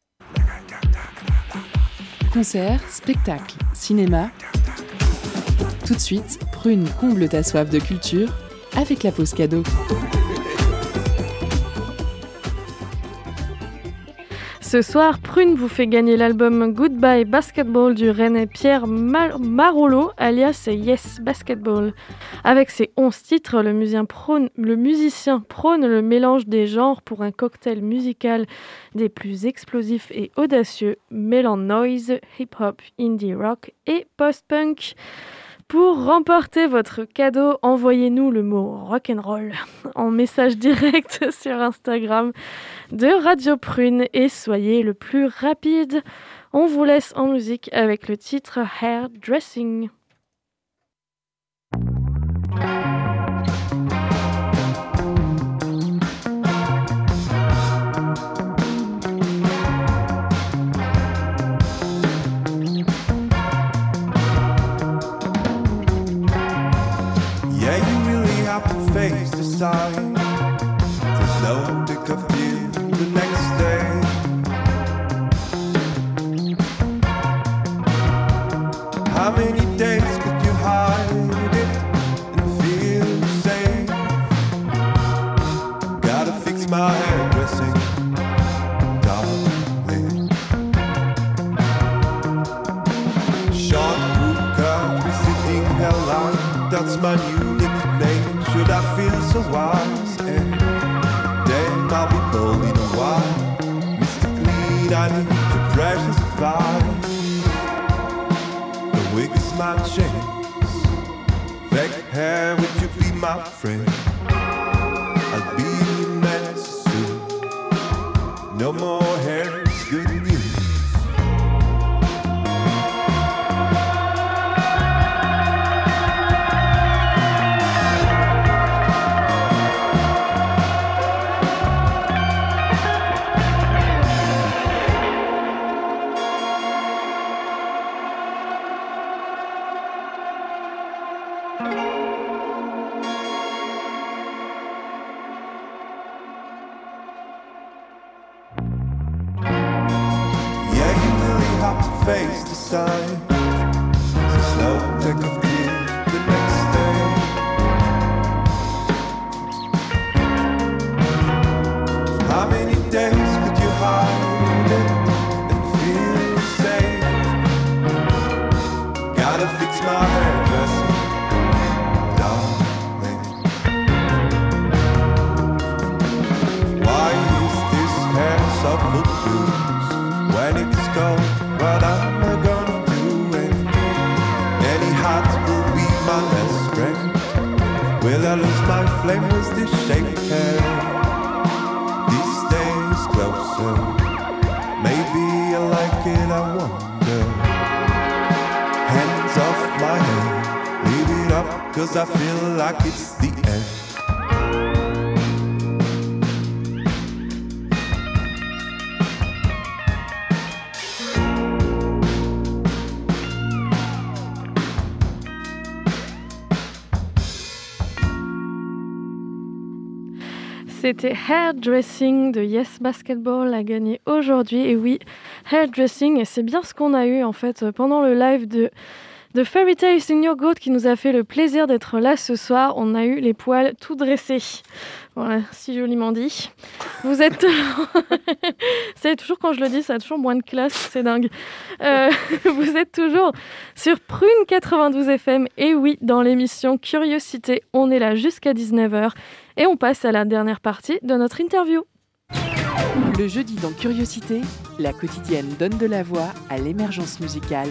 Concert, spectacle, cinéma. Tout de suite, Prune comble ta soif de culture avec la pause cadeau. Ce soir, Prune vous fait gagner l'album Goodbye Basketball du Rennais Pierre Mar- Marolo, alias Yes Basketball. Avec ses onze titres, le musicien, prône, le musicien prône le mélange des genres pour un cocktail musical des plus explosifs et audacieux, mêlant noise, hip-hop, indie rock et post-punk. Pour remporter votre cadeau, envoyez-nous le mot rock'n'roll en message direct sur Instagram de Radio Prune et soyez le plus rapide. On vous laisse en musique avec le titre Hair Dressing. Yeah, you really have to face the sign. There's no pick of you the next day. How many days could you hide it and feel safe? Gotta fix my hairdressing, darling. Short crew cut, we sitting hairline. That's my new nickname. Should I feel so wise? And then I'll be bold in a while. Mister Clean, I need your precious advice. The wig is my chance. Fake hair, would you be my friend? I'll be your man soon. No more hair, it's good news. Face the sign. So slow, take a view the next day. How many days could you hide it and feel safe? Gotta fix my hairdressing, darling. Why is this hair so full of blues when it's cold? What am I gonna do? And any hat will be my best friend. Will I lose my flame with this shaved hair? These days closer. Maybe I like it, I wonder. Hands off my head, leave it up, cause I feel like it's the end. C'était Hairdressing de Yes Basketball à gagner aujourd'hui. Et oui, Hairdressing, et c'est bien ce qu'on a eu en fait pendant le live de, de Fairy Tales in Your Goat qui nous a fait le plaisir d'être là ce soir. On a eu les poils tout dressés. Voilà, si joliment dit. Vous êtes... c'est toujours quand je le dis, ça a toujours moins de classe, c'est dingue. Euh, vous êtes toujours sur Prune quatre-vingt-douze F M. Et oui, dans l'émission Curiosité, on est là jusqu'à dix-neuf heures. Et on passe à la dernière partie de notre interview. Le jeudi dans Curiosité, la quotidienne donne de la voix à l'émergence musicale.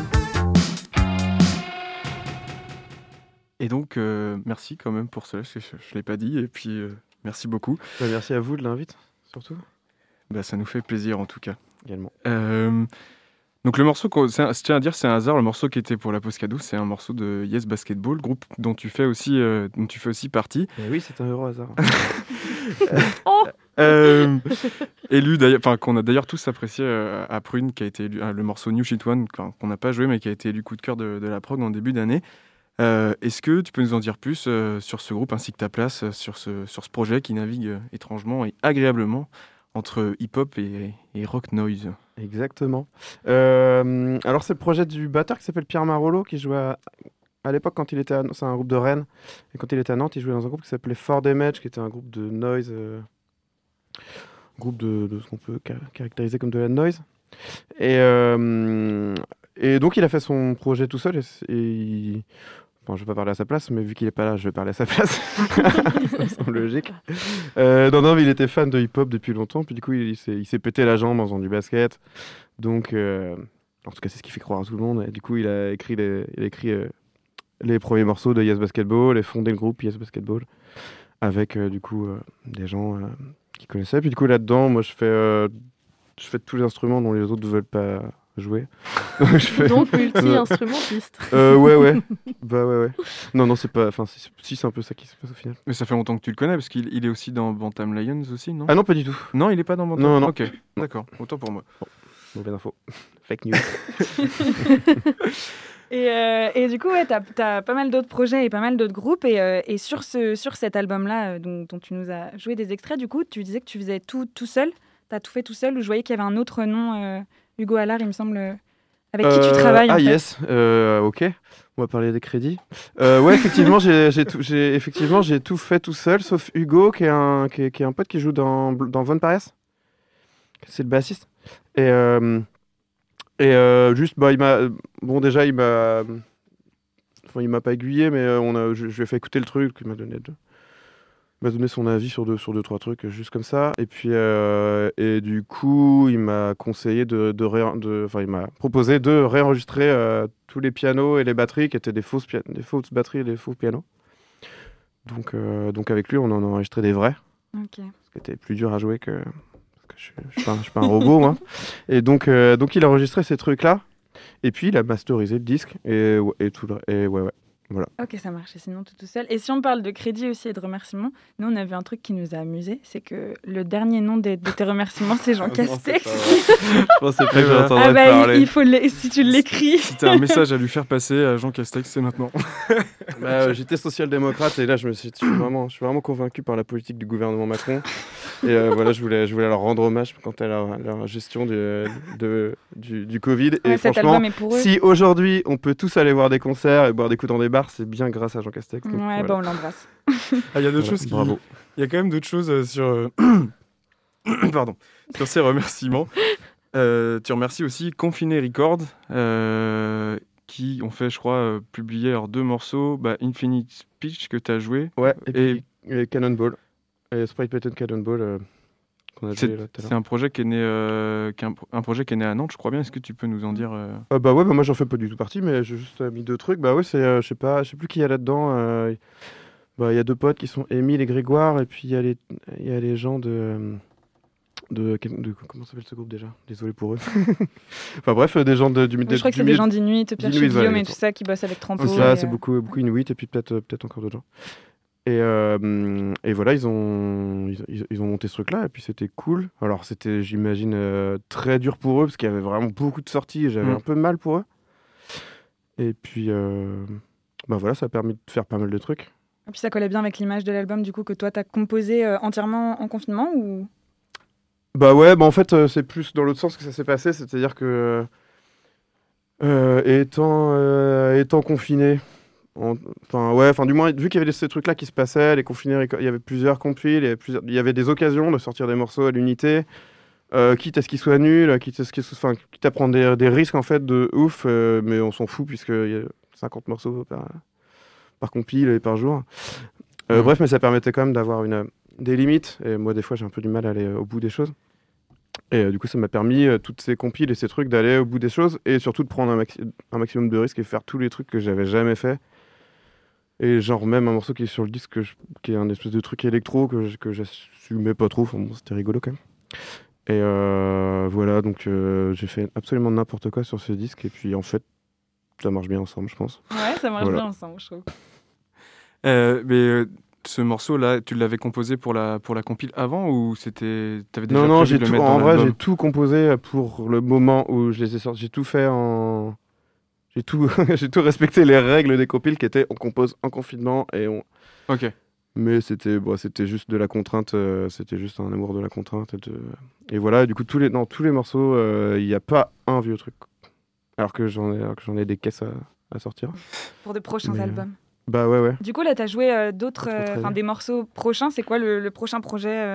Et donc, euh, merci quand même pour cela, parce que je ne l'ai pas dit. Et puis, euh, merci beaucoup. Bah, merci à vous de l'invite, surtout. Bah, ça nous fait plaisir en tout cas. Également. Euh, donc le morceau, qu'on- c'est un- je tiens à dire, c'est un hasard. Le morceau qui était pour la pause cadeau, c'est un morceau de Yes Basketball, groupe dont tu fais aussi, euh, dont tu fais aussi partie. Et oui, c'est un heureux hasard. Oh Euh, élu d'ailleurs, enfin qu'on a d'ailleurs tous apprécié euh, à Prune, qui a été élu, euh, le morceau New Shit One, qu'on qu'on n'a pas joué, mais qui a été élu coup de cœur de, de la prog en début d'année. Euh, Est-ce que tu peux nous en dire plus euh, sur ce groupe ainsi que ta place euh, sur ce, sur ce projet qui navigue euh, étrangement et agréablement entre hip-hop et, et rock noise? Exactement. Euh, alors, c'est le projet du batteur qui s'appelle Pierre Marolo, qui jouait à, à l'époque quand il était à... C'est un groupe de Rennes. Et quand il était à Nantes, il jouait dans un groupe qui s'appelait Fort Damage, qui était un groupe de noise... euh, groupe de, de ce qu'on peut ca- caractériser comme de la noise. Et, euh, et donc il a fait son projet tout seul et, c- et il... Enfin, je vais pas parler à sa place, mais vu qu'il est pas là, je vais parler à sa place. Ça me semble logique. Euh, non, non, mais il était fan de hip-hop depuis longtemps, puis du coup, il, il s'est, il s'est pété la jambe en faisant du basket. Donc, euh, en tout cas, c'est ce qui fait croire à tout le monde. Et du coup, il a écrit les, il a écrit, euh, les premiers morceaux de Yes Basketball et fondé le groupe Yes Basketball avec, euh, du coup, euh, des gens euh, qui connaissaient. Puis du coup, là-dedans, moi, je fais, euh, je fais tous les instruments dont les autres ne veulent pas jouer. Donc, je fais... Donc multi-instrumentiste. Euh, ouais, ouais. Bah ouais, ouais. Non, non, c'est pas. Enfin, si, si, c'est un peu ça qui se passe au final. Mais ça fait longtemps que tu le connais, parce qu'il il est aussi dans Bantam Lions aussi, non? Ah non, pas du tout. Non, il est pas dans Bantam. Non, non. Ok, d'accord. Autant pour moi. Mauvaise info. Fake news. Et, euh, et du coup, ouais, t'as, t'as pas mal d'autres projets et pas mal d'autres groupes. Et, euh, et sur, ce, sur cet album-là, euh, dont, dont tu nous as joué des extraits, du coup, tu disais que tu faisais tout tout seul. T'as tout fait tout seul, ou je voyais qu'il y avait un autre nom, euh, Hugo Allard, il me semble, euh, avec qui tu Euh, travailles. Ah, en fait. yes. Euh, ok. On va parler des crédits. Euh, ouais, effectivement, j'ai, j'ai, tout, j'ai, effectivement, j'ai tout fait tout seul, sauf Hugo, qui est un, qui est, qui est un pote qui joue dans, dans Von Pares. C'est le bassiste. Et, euh, et euh, juste, bah, il m'a. Bon, déjà, il m'a. Enfin, il m'a pas aiguillé, mais euh, on a, je, je lui ai fait écouter le truc, il m'a donné, de, il m'a donné son avis sur deux, sur deux, trois trucs, juste comme ça. Et puis, euh, et du coup, il m'a conseillé de, de, ré- de, enfin, il m'a proposé de réenregistrer euh, tous les pianos et les batteries qui étaient des fausses, pia- des fausses batteries et des faux pianos. Donc, euh, donc avec lui, on en a enregistré des vrais, Ok. ce qui était plus dur à jouer que, parce que je, suis- je suis pas, un- je suis pas un robot, moi. Et donc, euh, donc, il a enregistré ces trucs-là. Et puis, il a masterisé le disque et, et tout le, et ouais, ouais. Ok, ça marche. Et sinon, tout tout seul. Et si on parle de crédit aussi et de remerciements, nous, on a vu un truc qui nous a amusé, c'est que le dernier nom de, de tes remerciements, c'est Jean Castex. Je pensais pas que Eh ben, j'entendrais Ah bah, il- parler. il faut l'é- si tu l'écris. Si t'as un message à lui faire passer à Jean Castex, c'est maintenant. Bah, euh, j'étais social-démocrate et là je me suis, je suis vraiment, je suis vraiment convaincu par la politique du gouvernement Macron. Et euh, voilà, je voulais, je voulais leur rendre hommage quant à leur, leur gestion du, de, du, du Covid. Et Ouais, cet franchement, album est pour eux. si aujourd'hui on peut tous aller voir des concerts et boire des coups dans des bars, c'est bien grâce à Jean Castex. Donc, Ouais, voilà. bah, on l'embrasse. Ah, il y a d'autres Voilà, choses qui. bravo. Il y a quand même d'autres choses euh, sur. euh, Pardon. Sur ces remerciements. Euh, tu remercies aussi Confiné Records, euh, qui ont fait, je crois, euh, publier leurs deux morceaux, bah, Infinite Speech que tu as joué. Ouais, et, Et- puis et Cannonball. Et Sprite Pattern Cannonball euh, qu'on a C'est joué là tout à c'est l'heure. un projet qui est né, euh, qui est un, un projet qui est né à Nantes, je crois bien. Est-ce que tu peux nous en dire euh, Euh, bah ouais, bah moi j'en fais pas du tout partie, mais j'ai juste euh, mis deux trucs. Bah ouais, c'est, euh, je sais pas, je sais plus qui y a là-dedans. euh, Bah, il y a deux potes qui sont Émile et Grégoire, et puis il y a les, il y a les gens de, de, de- comment s'appelle ce groupe déjà? Désolé pour eux. Enfin bref, euh, des gens de, du, Oui, de- je crois que du c'est des mid- gens d'Inuit, Pierre d'Inuit, Guillaume voilà, et tout ça qui bossent avec Trampo. C'est ça, et, c'est euh, beaucoup, beaucoup Inuit, et puis peut-être, euh, peut-être encore d'autres gens. Et, euh, et voilà, ils ont, ils, ils- ils ont monté ce truc-là, et puis c'était cool. Alors c'était, j'imagine, euh, très dur pour eux, parce qu'il y avait vraiment beaucoup de sorties, et j'avais Mm. un peu mal pour eux. Et puis, euh, bah voilà, ça a permis de faire pas mal de trucs. Et puis ça collait bien avec l'image de l'album, du coup, que toi, t'as composé euh, entièrement en confinement ou... Bah ouais, bah en fait, euh, c'est plus dans l'autre sens que ça s'est passé, c'est-à-dire que euh, étant, euh, étant confiné, en- enfin ouais, enfin du moins, vu qu'il y avait ces trucs-là qui se passaient, les confinés, réco- il y avait plusieurs compiles, il y avait, plusieurs, il y avait des occasions de sortir des morceaux à l'unité, euh, quitte à ce qu'ils soient nuls, quitte à ce qu'ils soient, enfin, quitte à prendre des, des risques en fait de ouf, euh, mais on s'en fout puisqu'il y a cinquante morceaux par, par compile et par jour. Euh, Mhm. Bref, mais ça permettait quand même d'avoir une, des limites, et moi des fois j'ai un peu du mal à aller euh, au bout des choses. Et euh, du coup, ça m'a permis, euh, toutes ces compiles et ces trucs, d'aller au bout des choses et surtout de prendre un, maxi- un maximum de risques et faire tous les trucs que j'avais jamais fait. Et genre, même un morceau qui est sur le disque, que je- qui est un espèce de truc électro que, je- que j'assumais pas trop. Enfin bon, c'était rigolo quand même. Et euh, voilà, donc euh, j'ai fait absolument n'importe quoi sur ce disque. Et puis en fait, ça marche bien ensemble, je pense. Ouais, ça marche Voilà. bien ensemble, je trouve. euh, Mais euh, ce morceau-là, tu l'avais composé pour la, pour la compile avant ou c'était. T'avais déjà Non, non, prévu j'ai de le tout, mettre en dans vrai, l'album j'ai tout composé pour le moment où je les ai sortis. J'ai tout fait en. J'ai tout, j'ai tout respecté les règles des compiles qui étaient on compose en confinement et on. Ok. Mais c'était, bon, c'était juste de la contrainte, euh, c'était juste un amour de la contrainte. Et, de... et voilà, et du coup, tous les, dans tous les morceaux, il n'y a pas un vieux truc. Alors que j'en ai, alors que j'en ai des caisses à, à sortir. Pour de prochains Mais, euh, albums. Bah ouais, ouais. Du coup, là, t'as joué euh, d'autres, Pas trop euh, traîner. enfin des morceaux prochains. C'est quoi le, le prochain projet euh,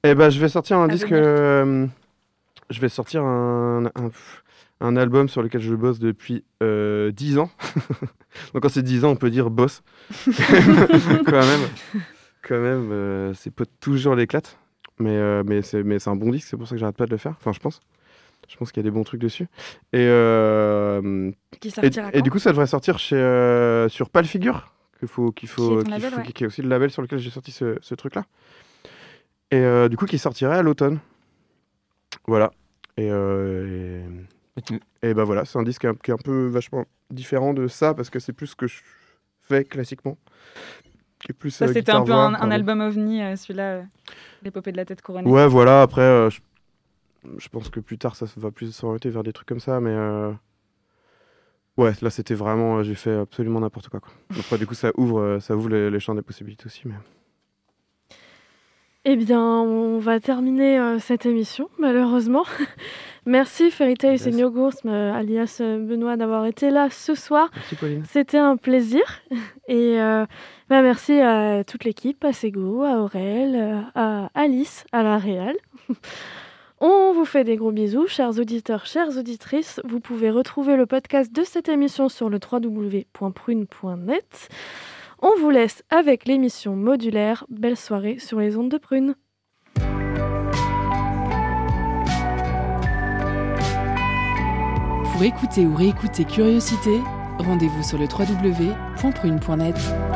Eh ben, je vais sortir un À disque. venir. euh, je vais sortir un, un, un album sur lequel je bosse depuis euh, dix ans. Donc, quand c'est dix ans, on peut dire boss. Quand même. Quand même, euh, c'est pas toujours l'éclate. Mais, euh, mais, c'est, mais c'est un bon disque, c'est pour ça que j'arrête pas de le faire. Enfin, je pense. Je pense qu'il y a des bons trucs dessus. Et, euh, Qui et, sortira et quand du coup, ça devrait sortir chez, euh, sur Pâle Figure. Qu'il faut, qu'il faut, Qui est ton qu'il label, faut- ouais. qui est aussi le label sur lequel j'ai sorti ce, ce truc-là. Et euh, du coup, qui sortirait à l'automne. Voilà. Et, euh, Et tu- et, et bah voilà, c'est un disque qui est un- qui est un peu vachement différent de ça parce que c'est plus ce que je fais classiquement. Qui est plus, Ça, euh, c'était guitare un peu voix, un, un pardon. album ovni, euh, celui-là, euh, l'épopée de la tête couronnée. Ouais, voilà. Après, euh, je, je pense que plus tard, ça va plus s'orienter vers des trucs comme ça, mais euh, ouais, là, c'était vraiment, euh, j'ai fait absolument n'importe quoi, quoi. Après, du coup, ça ouvre, euh, ça ouvre les, les champs des possibilités aussi, mais. Eh bien, on va terminer euh, cette émission, malheureusement. Merci Fairy Tales Yes. in Yogurt, euh, alias euh, Benoît, d'avoir été là ce soir. Merci, Pauline. C'était un plaisir. Et euh, bah, merci à toute l'équipe, à Sego, à Aurel, euh, à Alice, à la Réal. On vous fait des gros bisous, chers auditeurs, chères auditrices. Vous pouvez retrouver le podcast de cette émission sur le w w w point prune point net. On vous laisse avec l'émission modulaire. Belle soirée sur les ondes de Prune. Pour écouter ou réécouter Curiosité, rendez-vous sur le w w w point prune point net.